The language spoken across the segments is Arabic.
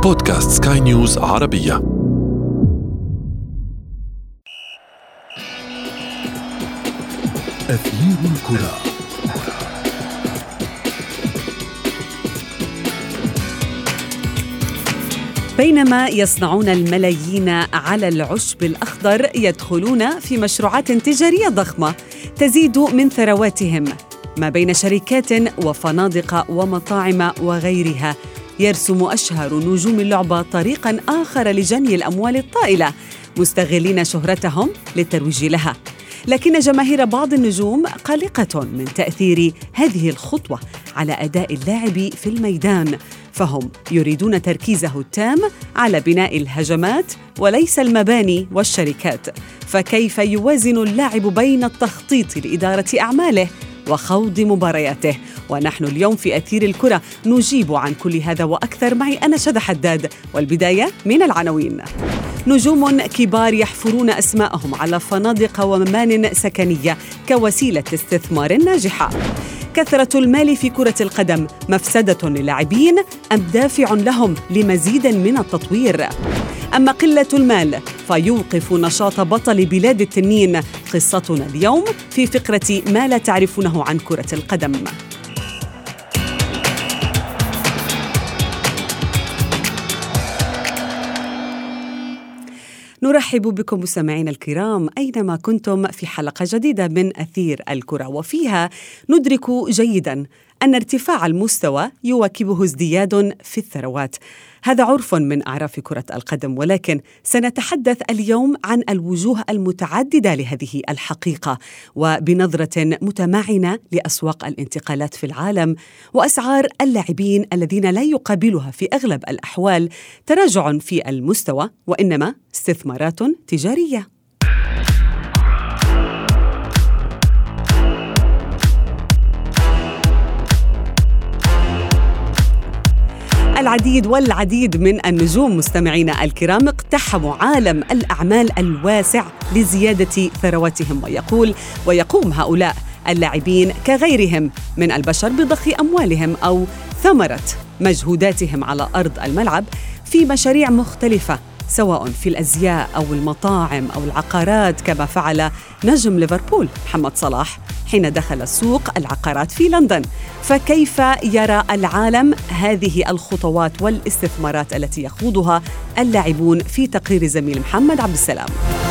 بودكاست سكاي نيوز عربية. أثير الكرة. بينما يصنعون الملايين على العشب الأخضر، يدخلون في مشروعات تجارية ضخمة تزيد من ثرواتهم ما بين شركات وفنادق ومطاعم وغيرها. يرسم أشهر نجوم اللعبة طريقاً آخر لجني الأموال الطائلة، مستغلين شهرتهم للترويج لها. لكن جماهير بعض النجوم قلقة من تأثير هذه الخطوة على أداء اللاعب في الميدان، فهم يريدون تركيزه التام على بناء الهجمات وليس المباني والشركات. فكيف يوازن اللاعب بين التخطيط لإدارة أعماله وخوض مبارياته؟ ونحن اليوم في أثير الكرة نجيب عن كل هذا وأكثر. معي أنا شذى حداد، والبداية من العناوين. نجوم كبار يحفرون أسماءهم على فنادق ومبان سكنية كوسيلة استثمار ناجحة. كثرة المال في كرة القدم مفسدة للاعبين أم دافع لهم لمزيد من التطوير؟ أما قلة المال فيوقف نشاط بطل بلاد التنين؟ قصتنا اليوم في فقرة ما لا تعرفونه عن كرة القدم. نرحب بكم مستمعينا الكرام أينما كنتم في حلقة جديدة من أثير الكرة، وفيها ندرك جيداً أن ارتفاع المستوى يواكبه ازدياد في الثروات. هذا عرف من أعراف كرة القدم، ولكن سنتحدث اليوم عن الوجوه المتعددة لهذه الحقيقة، وبنظرة متمعنة لأسواق الانتقالات في العالم وأسعار اللاعبين الذين لا يقابلها في أغلب الأحوال تراجع في المستوى، وإنما استثمارات تجارية. العديد من النجوم مستمعينا الكرام اقتحموا عالم الأعمال الواسع لزيادة ثرواتهم، ويقوم هؤلاء اللاعبين كغيرهم من البشر بضخ أموالهم أو ثمرة مجهوداتهم على أرض الملعب في مشاريع مختلفة، سواء في الأزياء أو المطاعم أو العقارات، كما فعل نجم ليفربول محمد صلاح حين دخل سوق العقارات في لندن. فكيف يرى العالم هذه الخطوات والاستثمارات التي يخوضها اللاعبون؟ في تقرير زميل محمد عبد السلام.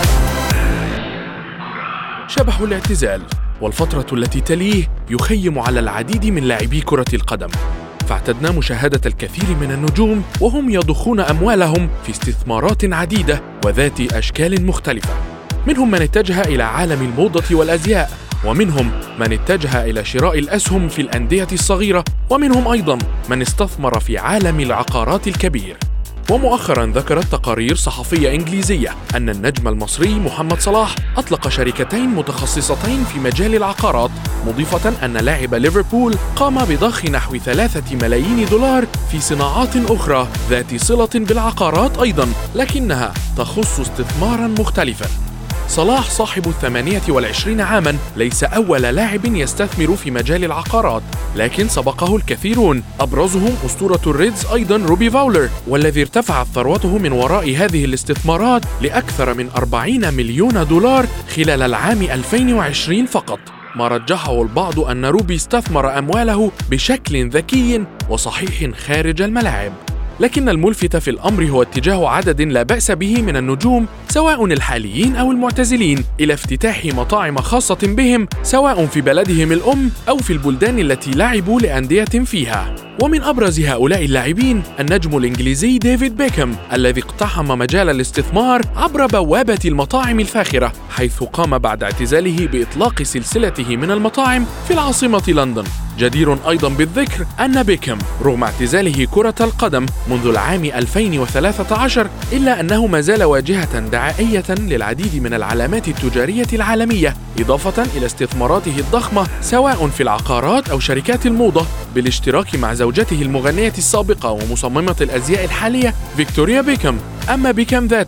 شبح الاعتزال والفترة التي تليه يخيم على العديد من لاعبي كرة القدم، فاعتدنا مشاهدة الكثير من النجوم وهم يضخون أموالهم في استثمارات عديدة وذات أشكال مختلفة. منهم من اتجه إلى عالم الموضة والأزياء، ومنهم من اتجه إلى شراء الأسهم في الأندية الصغيرة، ومنهم أيضاً من استثمر في عالم العقارات الكبير. ومؤخراً ذكرت تقارير صحفية إنجليزية أن النجم المصري محمد صلاح أطلق شركتين متخصصتين في مجال العقارات، مضيفة أن لاعب ليفربول قام بضخ نحو 3 ملايين دولار في صناعات أخرى ذات صلة بالعقارات أيضاً، لكنها تخص استثماراً مختلفاً. صلاح صاحب 28 عاماً ليس أول لاعب يستثمر في مجال العقارات، لكن سبقه الكثيرون، أبرزهم أسطورة الريدز أيضاً روبي فاولر، والذي ارتفعت ثروته من وراء هذه الاستثمارات لأكثر من 40 مليون دولار خلال العام 2020 فقط. ما رجحه البعض أن روبي استثمر أمواله بشكل ذكي وصحيح خارج الملاعب. لكن الملفت في الأمر هو اتجاه عدد لا بأس به من النجوم، سواء الحاليين أو المعتزلين، إلى افتتاح مطاعم خاصة بهم، سواء في بلدهم الأم أو في البلدان التي لعبوا لأندية فيها. ومن أبرز هؤلاء اللاعبين النجم الإنجليزي ديفيد بيكهام، الذي اقتحم مجال الاستثمار عبر بوابة المطاعم الفاخرة، حيث قام بعد اعتزاله بإطلاق سلسلته من المطاعم في العاصمة لندن. جدير أيضاً بالذكر أن بيكهام رغم اعتزاله كرة القدم منذ العام 2013، إلا أنه ما زال واجهة دعائية للعديد من العلامات التجارية العالمية، إضافة إلى استثماراته الضخمة سواء في العقارات أو شركات الموضة، بالاشتراك مع زوجته المغنية السابقة ومصممة الأزياء الحالية فيكتوريا بيكهام. أما بيكهام ذاته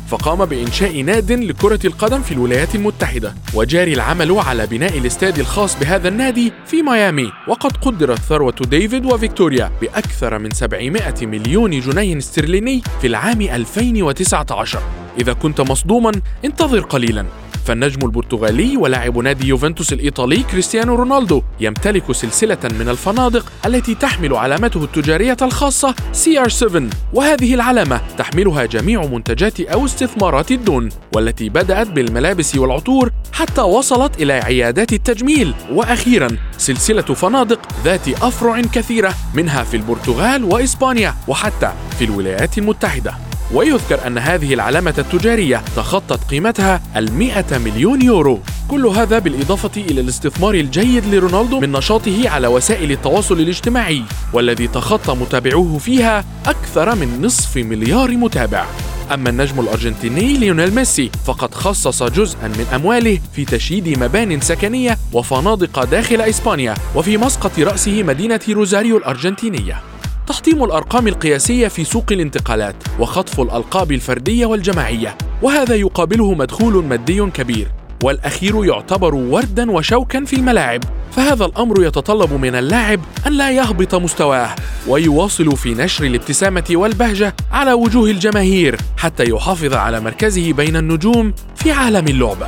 فقام بإنشاء ناد لكرة القدم في الولايات المتحدة، وجاري العمل على بناء الاستاد الخاص بهذا النادي في ميامي. وقد قدرت ثروة ديفيد وفيكتوريا بأكثر من 700 مليون جنيه استرليني في العام 2019. إذا كنت مصدوما انتظر قليلا، فالنجم البرتغالي ولاعب نادي يوفنتوس الإيطالي كريستيانو رونالدو يمتلك سلسلة من الفنادق التي تحمل علامته التجارية الخاصة CR7، وهذه العلامة تحملها جميع منتجات أو استثمارات الدون، والتي بدأت بالملابس والعطور حتى وصلت إلى عيادات التجميل، وأخيرا سلسلة فنادق ذات أفرع كثيرة منها في البرتغال وإسبانيا وحتى في الولايات المتحدة. ويذكر أن هذه العلامة التجارية تخطت قيمتها 100 مليون يورو. كل هذا بالإضافة إلى الاستثمار الجيد لرونالدو من نشاطه على وسائل التواصل الاجتماعي، والذي تخطى متابعوه فيها أكثر من نصف مليار متابع. أما النجم الأرجنتيني ليونيل ميسي فقد خصص جزءاً من أمواله في تشييد مبان سكنية وفنادق داخل إسبانيا، وفي مسقط رأسه مدينة روزاريو الأرجنتينية. تحطيم الأرقام القياسية في سوق الانتقالات وخطف الألقاب الفردية والجماعية، وهذا يقابله مدخول مادي كبير، والأخير يعتبر ورداً وشوكاً في الملاعب. فهذا الأمر يتطلب من اللاعب أن لا يهبط مستواه، ويواصل في نشر الابتسامة والبهجة على وجوه الجماهير حتى يحافظ على مركزه بين النجوم في عالم اللعبة.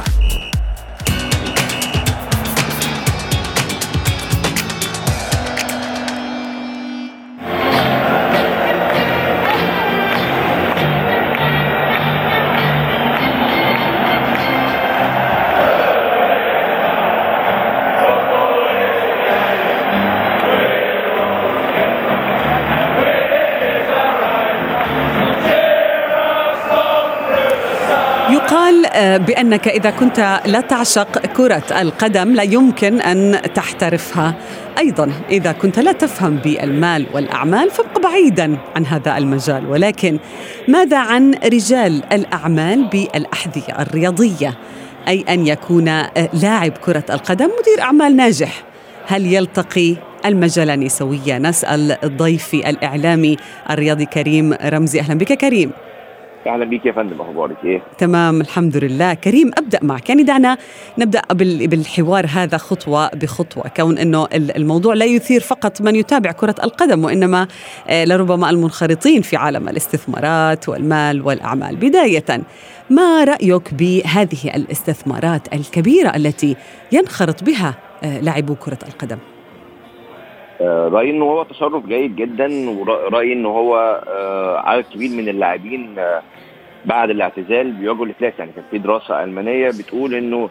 يقال بأنك إذا كنت لا تعشق كرة القدم لا يمكن أن تحترفها. أيضا إذا كنت لا تفهم بالمال والأعمال فابق بعيدا عن هذا المجال. ولكن ماذا عن رجال الأعمال بالأحذية الرياضية، أي أن يكون لاعب كرة القدم مدير أعمال ناجح؟ هل يلتقي المجالان سويا؟ نسأل ضيفي الإعلامي الرياضي كريم رمزي. أهلا بك كريم. أهلا بك يا فندم، أخبارك إيه؟ تمام الحمد لله. كريم، أبدأ معك، يعني دعنا نبدأ بالحوار هذا خطوة بخطوة، كون أنه الموضوع لا يثير فقط من يتابع كرة القدم، وإنما لربما المنخرطين في عالم الاستثمارات والمال والأعمال. بداية، ما رأيك بهذه الاستثمارات الكبيرة التي ينخرط بها لاعبو كرة القدم؟ رأيي أنه هو تصرف جيد جدا، ورأيي أنه هو عدد كبير من اللاعبين بعد الاعتزال بيواجهوا الإفلاس. يعني كان في دراسة ألمانية بتقول أنه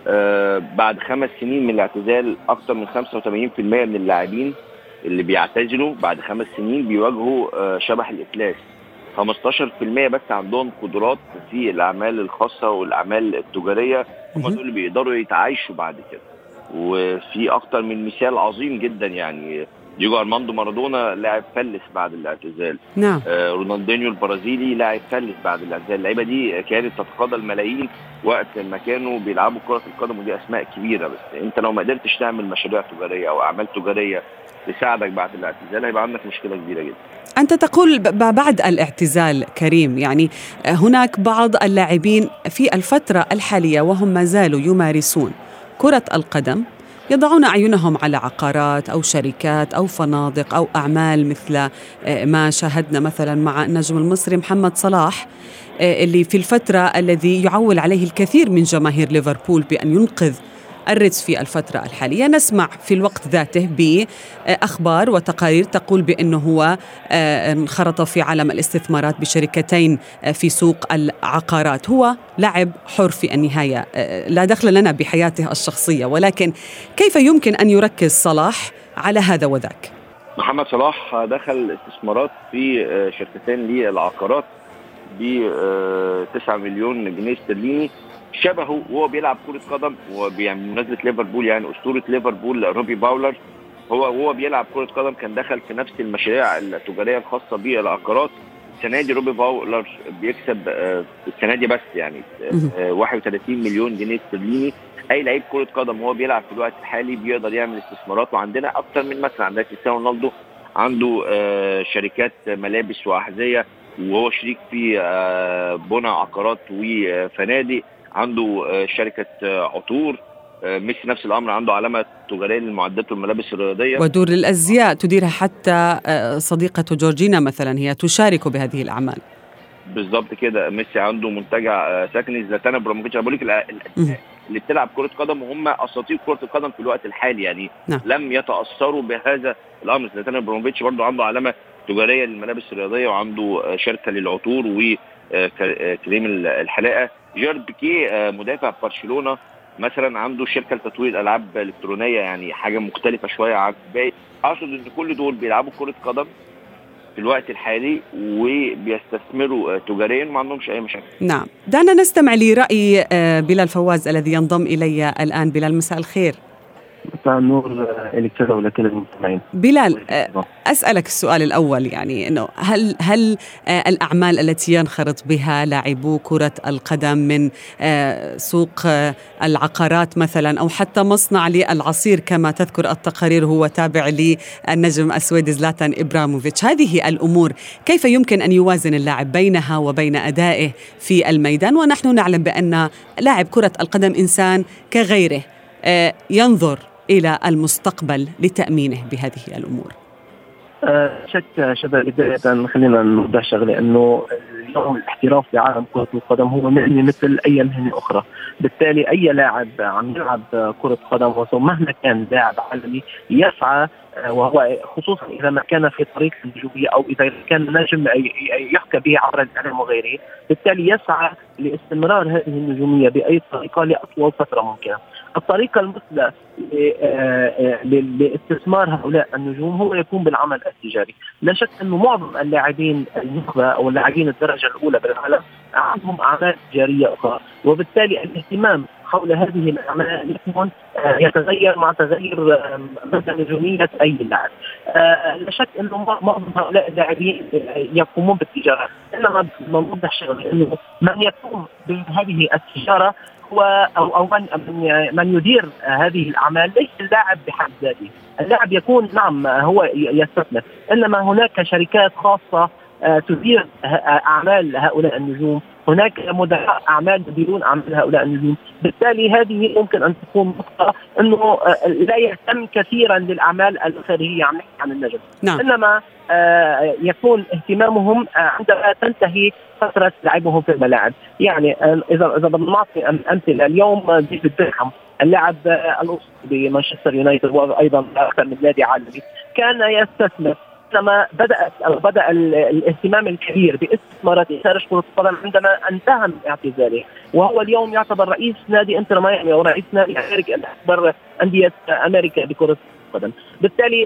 بعد 5 سنين من الاعتزال أكثر من 85% من اللاعبين اللي بيعتزلوا بعد 5 سنين بيواجهوا شبح الإفلاس. 15% بس عندهم قدرات في الأعمال الخاصة والأعمال التجارية، هم دول اللي بيقدروا يتعايشوا بعد كده. وفي اكتر من مثال عظيم جدا، يعني دييجو ارماندو مارادونا لاعب فلس بعد الاعتزال. نعم. رونالدينيو البرازيلي لاعب فلس بعد الاعتزال. اللعيبه دي كانت تتقاضى الملايين وقت ما كانوا بيلعبوا كرة القدم، ودي اسماء كبيره، بس انت لو ما قدرتش تعمل مشاريع تجاريه او اعمال تجاريه تساعدك بعد الاعتزال هيبقى عندك مشكله كبيره جدا. أنت تقول بعد الاعتزال كريم، يعني هناك بعض اللاعبين في الفترة الحالية وهم ما زالوا يمارسون كرة القدم يضعون أعينهم على عقارات أو شركات أو فنادق أو أعمال، مثل ما شاهدنا مثلا مع النجم المصري محمد صلاح، اللي في الفترة الذي يعول عليه الكثير من جماهير ليفربول بأن ينقذ الريدز في الفترة الحالية. نسمع في الوقت ذاته بأخبار وتقارير تقول بأنه هو انخرط في عالم الاستثمارات بشركتين في سوق العقارات. هو لاعب حر في النهاية، لا دخل لنا بحياته الشخصية، ولكن كيف يمكن أن يركز صلاح على هذا وذاك؟ محمد صلاح دخل استثمارات في شركتين للعقارات ب 9 مليون جنيه استرليني، شبهه وهو بيلعب كرة قدم. وبمناسبة ليفربول، يعني أسطورة ليفربول روبي باولر، هو بيلعب كرة قدم كان دخل في نفس المشاريع التجارية الخاصة بالعقارات. السنة دي روبي باولر بيكسب السنة دي بس يعني 31 مليون جنيه استرليني. أي لعيب كرة قدم هو بيلعب في الوقت الحالي بيقدر يعمل استثمارات، وعندنا أكتر من مثلا عندنا كريستيانو رونالدو عنده شركات ملابس وأحذية وهو شريك في بناء عقارات وفنادق، عنده شركة عطور. ميسي نفس الأمر، عنده علامة تجارية للمعدات والملابس الرياضية ودور الأزياء تديرها حتى صديقة جورجينا مثلا، هي تشارك بهذه الأعمال. بالضبط كده. ميسي عنده منتجع سكني. زلاتان ابراهيموفيتش، أنا بقول لك اللي بتلعب كرة قدم وهم أساطير كرة القدم في الوقت الحالي، يعني لم يتأثروا بهذا الأمر. زلاتان ابراهيموفيتش برضه عنده علامة تجارية للملابس الرياضية، وعنده شركة للعطور وكريم الحلاقة. جيرارد بيكيه مدافع برشلونة مثلا عنده شركة لتطوير الألعاب الإلكترونية، يعني حاجة مختلفة شوية عن الباقي. أقصد إن كل دول بيلعبوا كرة قدم في الوقت الحالي وبيستثمروا تجاريا وما عندهمش أي مشاكل. نعم، دعنا نستمع لرأي بلال فواز الذي ينضم إلي الآن. بلال، مساء الخير. مساء النور إليك ولكل المستمعين. بلال، أسألك السؤال الأول، يعني إنه هل الأعمال التي ينخرط بها لاعبو كرة القدم من سوق العقارات مثلا، أو حتى مصنع للعصير كما تذكر التقارير هو تابع للنجم السويدي زلاتان إبراهيموفيتش، هذه الأمور كيف يمكن أن يوازن اللاعب بينها وبين أدائه في الميدان؟ ونحن نعلم بأن لاعب كرة القدم إنسان كغيره ينظر إلى المستقبل لتأمينه بهذه الأمور. شك شباب، بداية خلينا نوضح شغلة، أنه اليوم الاحتراف بعالم كرة القدم هو مهنة مثل أي مهنة أخرى. بالتالي أي لاعب عم يلعب كرة قدم مهما كان لاعب عالمي يسعى، وهو خصوصا إذا ما كان في طريق النجومية أو إذا كان نجم يحكى به عبر الإعلام وغيره، بالتالي يسعى لاستمرار هذه النجومية بأي طريقة لأطول فترة ممكنة. الطريقة المثلى لاستثمار هؤلاء النجوم هو يكون بالعمل التجاري. لا شك أنه معظم اللاعبين النخبة أو اللاعبين الدرجة الأولى بالعالم عندهم أعمال تجارية أخرى، وبالتالي الاهتمام حول هذه الأعمال يتغير مع تغير مدى نجومية أي لاعب. لا شك أنه معظم هؤلاء اللاعبين يقومون بالتجارة، إنما نوضح شغله أنه من يقوم بهذه التجارة هو أو من يدير هذه الأعمال ليس اللاعب بحد ذاته. اللاعب يكون نعم هو يستثمر، إنما هناك شركات خاصة تدير أعمال هؤلاء النجوم، هناك مدراء أعمال يديرون أعمال هؤلاء النجوم. بالتالي هذه ممكن أن تكون نقطة أنه لا يهتم كثيرا للأعمال الخارجية عن النجم. نعم. إنما يكون اهتمامهم عندما تنتهي فترة لعبهم في الملاعب. يعني إذا بنعطي أمثلة، اليوم ديفيد بيكهام اللاعب الأسطوري بمانشستر يونايتد وأيضا أكثر من نادي عالمي كان يستثمر، لما بدأ الاهتمام الكبير باستثمارات خارج كرة القدم عندما انتهى من اعتزاله، وهو اليوم يعتبر رئيس نادي انتر ميامي أو رئيس نادي أمريكا، أكبر أندية أمريكا بكرة القدم. بالتالي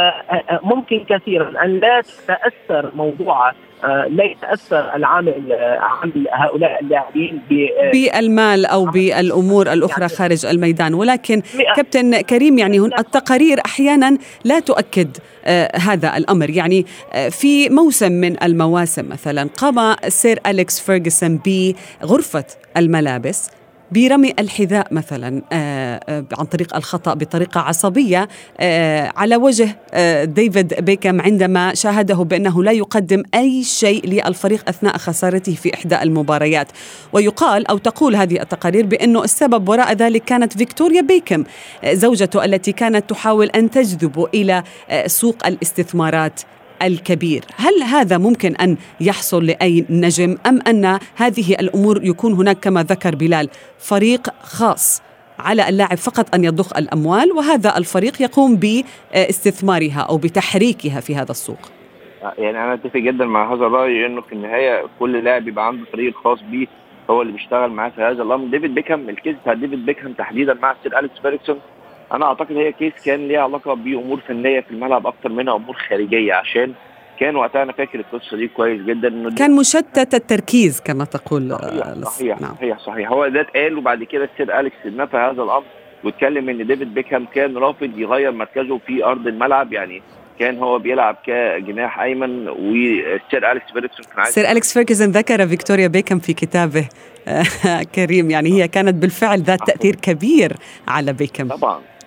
ممكن كثيرا أن لا تتأثر موضوع لا يتأثر العامل هؤلاء اللاعبين بالمال أو بالأمور الأخرى خارج الميدان، ولكن كابتن كريم، يعني التقارير أحيانا لا تؤكد هذا الأمر. يعني في موسم من المواسم مثلا قام سير أليكس فيرغسون بغرفة الملابس برمي الحذاء مثلا عن طريق الخطأ بطريقة عصبية على وجه ديفيد بيكهام عندما شاهده بأنه لا يقدم أي شيء للفريق أثناء خسارته في إحدى المباريات. ويقال أو تقول هذه التقارير بأنه السبب وراء ذلك كانت فيكتوريا بيكهام زوجته التي كانت تحاول أن تجذبه إلى سوق الاستثمارات الكبير. هل هذا ممكن أن يحصل لأي نجم، أم أن هذه الأمور يكون هناك كما ذكر بلال فريق خاص على اللاعب فقط أن يضخ الأموال، وهذا الفريق يقوم باستثمارها أو بتحريكها في هذا السوق؟ يعني أنا أتفق جدا مع هذا الرأي، إنه في النهاية كل لاعب يبقى عنده فريق خاص به هو اللي بيشتغل معاه في هذا الأمر. ديفيد بيكهام، الكيس بتاع ديفيد بيكهام تحديدا مع سير أليكس فيرغسون، أنا أعتقد هي كيس كان ليها علاقة بأمور فنية في الملعب أكتر منها أمور خارجية، عشان كان وقتها أنا فاكر القصة دي كويس جدا، إنه كان مشتت التركيز كما تقول. صحيح. نعم. صحيح هو ده اتقال، وبعد كده السير أليكس نفى هذا الأمر واتكلم إن ديفيد بيكهام كان رافض يغير مركزه في أرض الملعب، يعني كان هو بيلعب كجناح أيمن، والسير أليكس فيرغسون كان سير أليكس فيرغسون ذكر فيكتوريا بيكهام في كتابه كريم، يعني هي كانت بالفعل ذات تأثير كبير على بيكهام. طبعا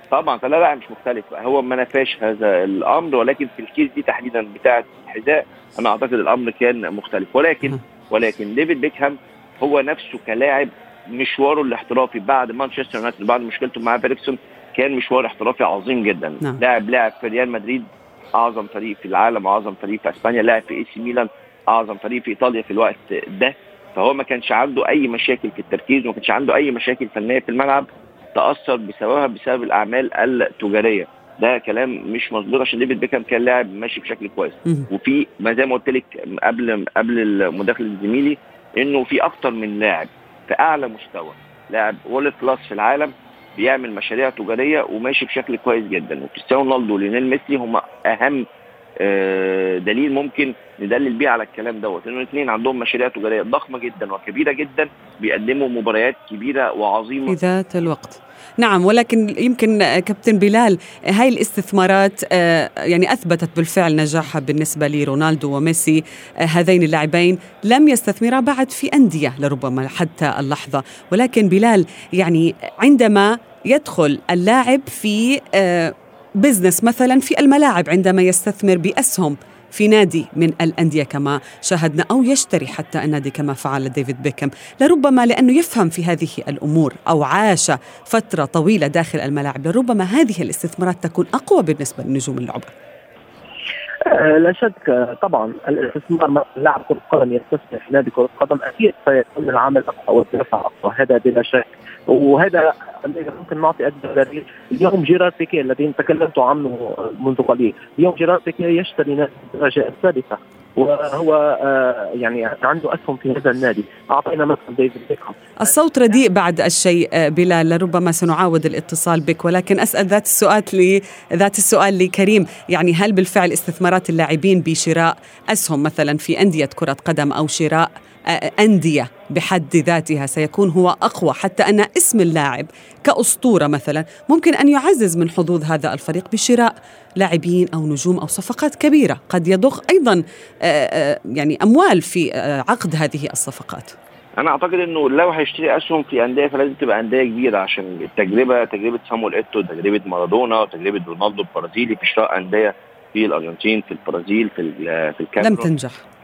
طبعا فلا مش مختلف، هو ما نفاش هذا الامر، ولكن في الكيس دي تحديدا بتاعه الحذاء انا اعتقد الامر كان مختلف. ولكن ديفيد بيكهام هو نفسه كلاعب مشواره الاحترافي بعد مانشستر يونايتد بعد مشكلته مع فيرجسون كان مشوار احترافي عظيم جدا. لاعب في ريال مدريد، اعظم فريق في العالم، اعظم فريق في اسبانيا، لاعب في اي سي ميلان، اعظم فريق في ايطاليا في الوقت ده. فهو ما كانش عنده اي مشاكل في التركيز، وما كانش عنده اي مشاكل فنيه في الملعب تاثر بسبب الاعمال التجاريه. ده كلام مش مظبوط، عشان ديفيد بيكهام كان لاعب ماشي بشكل كويس. وفي ما زي ما قلت لك قبل مداخله زميلي انه في اكتر من لاعب في اعلى مستوى، لاعب وورلد كلاس في العالم بيعمل مشاريع تجاريه وماشي بشكل كويس جدا. وكريستيانو رونالدو وليونيل ميسي هم اهم دليل ممكن ندلل بيه على الكلام دوت، انه الاثنين عندهم مشاريع تجاريه ضخمه جدا وكبيره جدا، بيقدموا مباريات كبيره وعظيمه في ذات الوقت. نعم، ولكن يمكن كابتن بلال هاي الاستثمارات يعني أثبتت بالفعل نجاحها بالنسبة لرونالدو وميسي. هذين اللاعبين لم يستثمرا بعد في أندية لربما حتى اللحظة. ولكن بلال يعني عندما يدخل اللاعب في بزنس مثلا في الملاعب، عندما يستثمر بأسهم في نادي من الأندية كما شاهدنا، أو يشتري حتى النادي كما فعل ديفيد بيكهام، لربما لأنه يفهم في هذه الأمور أو عاش فترة طويلة داخل الملاعب، لربما هذه الاستثمارات تكون أقوى بالنسبة لنجوم اللعبة. لا شك طبعا الاستثمار لاعب كرة قدم يستثمر في نادي كرة قدم أكيد سيكون العمل أقوى والدفع أقوى، هذا بلا شك. وهذا ممكن نعطي دليل. اليوم جيرار بيكيه الذي تكلمت عنه منذ قليل، اليوم جيرار بيكيه يشتري نادي الدرجة الثالثة، وهو يعني عنده أسهم في هذا النادي. أعطينا مثلا ديفيد بيكهام. الصوت رديء بعد الشيء بلال، لربما سنعاود الاتصال بك، ولكن أسأل ذات السؤال لكريم. يعني هل بالفعل استثمارات اللاعبين بشراء أسهم مثلا في أندية كرة قدم أو شراء أندية بحد ذاتها سيكون هو أقوى، حتى أن اسم اللاعب كأسطورة مثلا ممكن أن يعزز من حظوظ هذا الفريق بشراء لاعبين أو نجوم أو صفقات كبيرة قد يضخ أيضا يعني أموال في عقد هذه الصفقات؟ أنا أعتقد أنه لو هيشتري أسهم في أندية فلازم تبقى أندية كبيرة، عشان تجربة سامويل إيتو، تجربة مارادونا، وتجربة رونالدو البرازيلي في شراء أندية في الأرجنتين، في البرازيل، في الكاميرون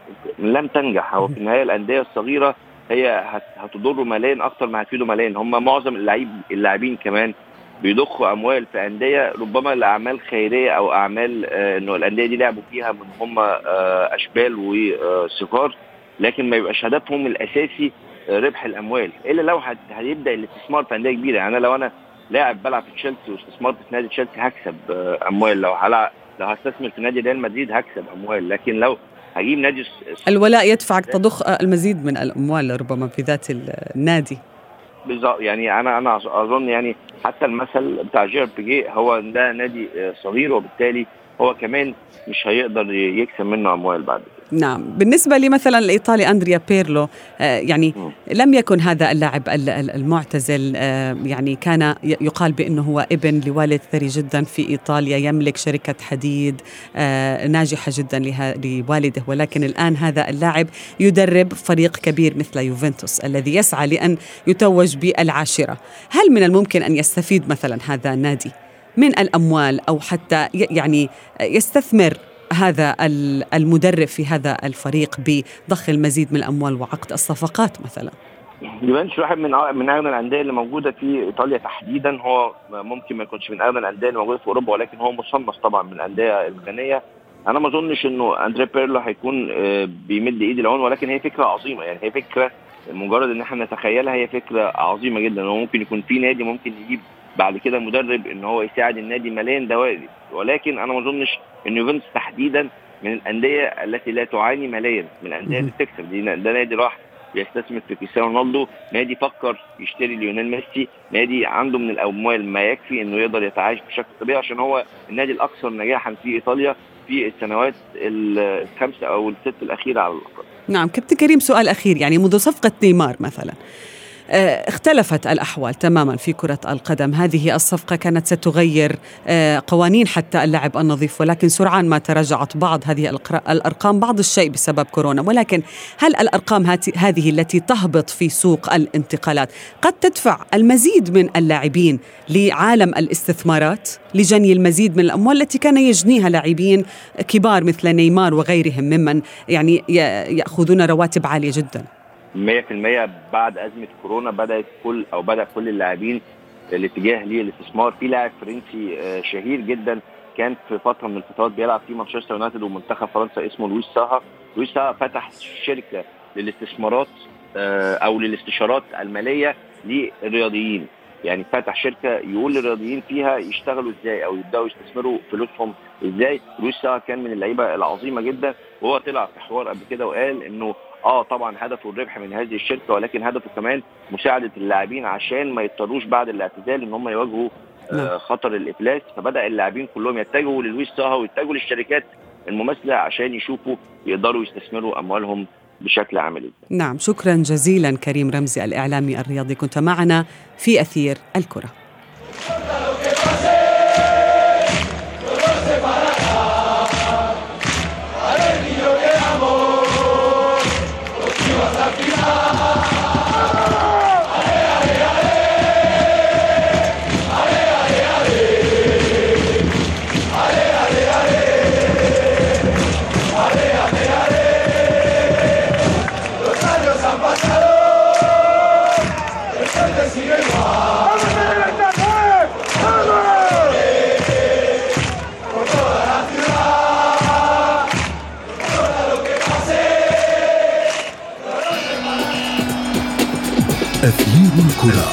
لم تنجح. هو في النهاية الأندية الصغيرة هي هتضر ماليا أكتر ما هتفيده ماليا. هم معظم اللاعبين كمان بيضخوا أموال في أندية ربما لأعمال خيرية أو أعمال إنه الأندية دي لعبوا فيها من هم أشبال وصغار، لكن ما يبقاش هدفهم الأساسي ربح الأموال، إلا لو هيبدأ الاستثمار في أندية كبيرة. يعني لو أنا لاعب بلعب في تشيلسي واستثمرت في نادي تشيلسي هكسب أموال، لو هستثمر في نادي ريال مدريد هكسب أموال. لكن لو هجيب نادي الولاء يدفعك تضخ المزيد من الأموال ربما في ذات النادي. بالظبط. يعني أنا أظن يعني حتى المثل بتاع جيرار بيكيه هو ده نادي صغير، وبالتالي هو كمان مش هيقدر يكسب منه أموال بعد كده. نعم. بالنسبة لي مثلا الإيطالي أندريا بيرلو، يعني لم يكن هذا اللاعب المعتزل، يعني كان يقال بأنه هو ابن لوالد ثري جدا في إيطاليا، يملك شركة حديد ناجحة جدا لوالده، ولكن الآن هذا اللاعب يدرب فريق كبير مثل يوفنتوس الذي يسعى لأن يتوج بالعاشرة. هل من الممكن أن يستفيد مثلا هذا النادي من الأموال، أو حتى يعني يستثمر هذا المدرب في هذا الفريق بضخ المزيد من الأموال وعقد الصفقات مثلا؟ يوفنتوس واحد من أغنى الأندية اللي موجودة في إيطاليا تحديدا، هو ممكن ما يكونش من أغنى الأندية اللي موجودة في أوروبا، ولكن هو مصنف طبعا من الأندية الغنية. أنا ما أظنش إنه أندريا بيرلو هيكون بيمد إيد العون، ولكن هي فكرة عظيمة. يعني هي فكرة مجرد إن احنا نتخيلها هي فكرة عظيمة جدا. هو ممكن يكون في نادي ممكن يجيب بعد كده مدرب ان هو يساعد النادي ماليا، ده وارد، ولكن انا ما اظنش ان يوفنتوس تحديدا من الانديه التي لا تعاني ماليا، من الانديه اللي بتكسب. ده نادي راح يستثمر في كريستيانو رونالدو، نادي فكر يشتري ليونيل ميسي، نادي عنده من الاموال ما يكفي انه يقدر يتعايش بشكل طبيعي، عشان هو النادي الاكثر نجاحا في ايطاليا في السنوات ال5 أو ال6 الاخيره على الاقل. نعم. كابتن كريم، سؤال اخير، يعني منذ صفقه نيمار مثلا اختلفت الأحوال تماما في كرة القدم. هذه الصفقة كانت ستغير قوانين حتى اللعب النظيف، ولكن سرعان ما تراجعت بعض هذه الأرقام، بعض الشيء بسبب كورونا. ولكن هل الأرقام هذه التي تهبط في سوق الانتقالات قد تدفع المزيد من اللاعبين لعالم الاستثمارات لجني المزيد من الأموال التي كان يجنيها لاعبين كبار مثل نيمار وغيرهم ممن يعني يأخذون رواتب عالية جدا؟ 100% بعد أزمة كورونا بدأ كل اللاعبين الاتجاه للاستثمار. في لاعب فرنسي شهير جدا كان في فترة من الفترات بيلعب في مانشستر يونايتد ومنتخب فرنسا اسمه لويس ساها فتح شركة للاستثمارات أو للاستشارات المالية للرياضيين. يعني فتح شركة يقول للرياضيين فيها يشتغلوا ازاي او يبداوا يستثمروا فلوسهم ازاي. لويس ساها كان من اللعيبة العظيمة جدا، وهو طلع في حوار قبل كده وقال انه طبعا هدفه الربح من هذه الشركة، ولكن هدفه كمان مساعدة اللاعبين عشان ما يضطروش بعد الاعتزال ان هم يواجهوا خطر الافلاس. فبدأ اللاعبين كلهم يتجهوا للويس ساها ويتجهوا للشركات المماثلة عشان يشوفوا يقدروا يستثمروا اموالهم بشكل عملي. نعم، شكرا جزيلا كريم رمزي الإعلامي الرياضي، كنت معنا في أثير الكرة. أثير الكرة.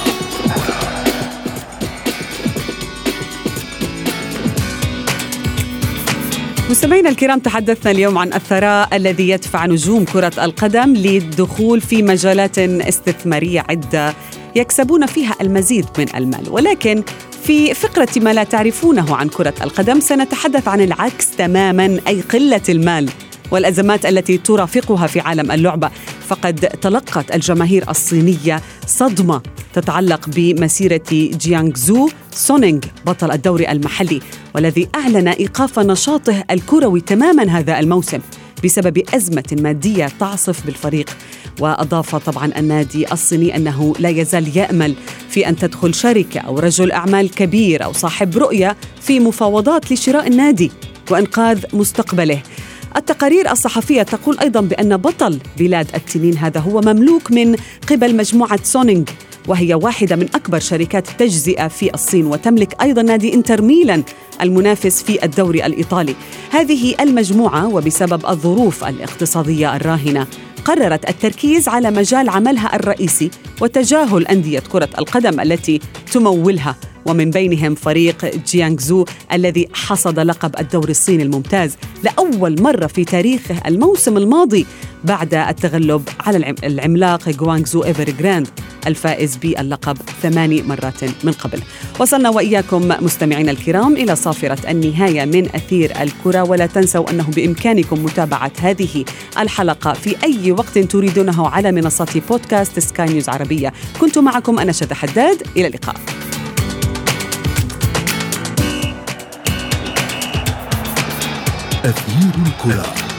مستمعينا الكرام، تحدثنا اليوم عن الثراء الذي يدفع نجوم كرة القدم للدخول في مجالات استثمارية عدة يكسبون فيها المزيد من المال. ولكن في فقرة ما لا تعرفونه عن كرة القدم سنتحدث عن العكس تماما، أي قلة المال والأزمات التي ترافقها في عالم اللعبة. فقد تلقت الجماهير الصينية صدمة تتعلق بمسيرة جيانغزو سونينغ بطل الدوري المحلي، والذي أعلن إيقاف نشاطه الكروي تماما هذا الموسم بسبب أزمة مادية تعصف بالفريق. وأضاف طبعا النادي الصيني أنه لا يزال يأمل في أن تدخل شركة أو رجل أعمال كبير أو صاحب رؤية في مفاوضات لشراء النادي وإنقاذ مستقبله. التقارير الصحفية تقول أيضا بأن بطل بلاد التنين هذا هو مملوك من قبل مجموعة سونينغ، وهي واحدة من أكبر شركات التجزئة في الصين، وتملك أيضا نادي إنتر ميلان المنافس في الدوري الإيطالي. هذه المجموعة وبسبب الظروف الاقتصادية الراهنة قررت التركيز على مجال عملها الرئيسي وتجاهل أندية كرة القدم التي تمولها، ومن بينهم فريق جيانغزو الذي حصد لقب الدوري الصيني الممتاز لأول مرة في تاريخه الموسم الماضي بعد التغلب على العملاق غوانغزو إيفرغراند الفائز باللقب 8 مرات من قبل. وصلنا وإياكم مستمعينا الكرام إلى صافرة النهاية من أثير الكرة، ولا تنسوا أنه بإمكانكم متابعة هذه الحلقة في أي وقت تريدونه على منصة بودكاست سكاي نيوز عربية. كنت معكم أنا شذى حداد، إلى اللقاء. أثير الكرة.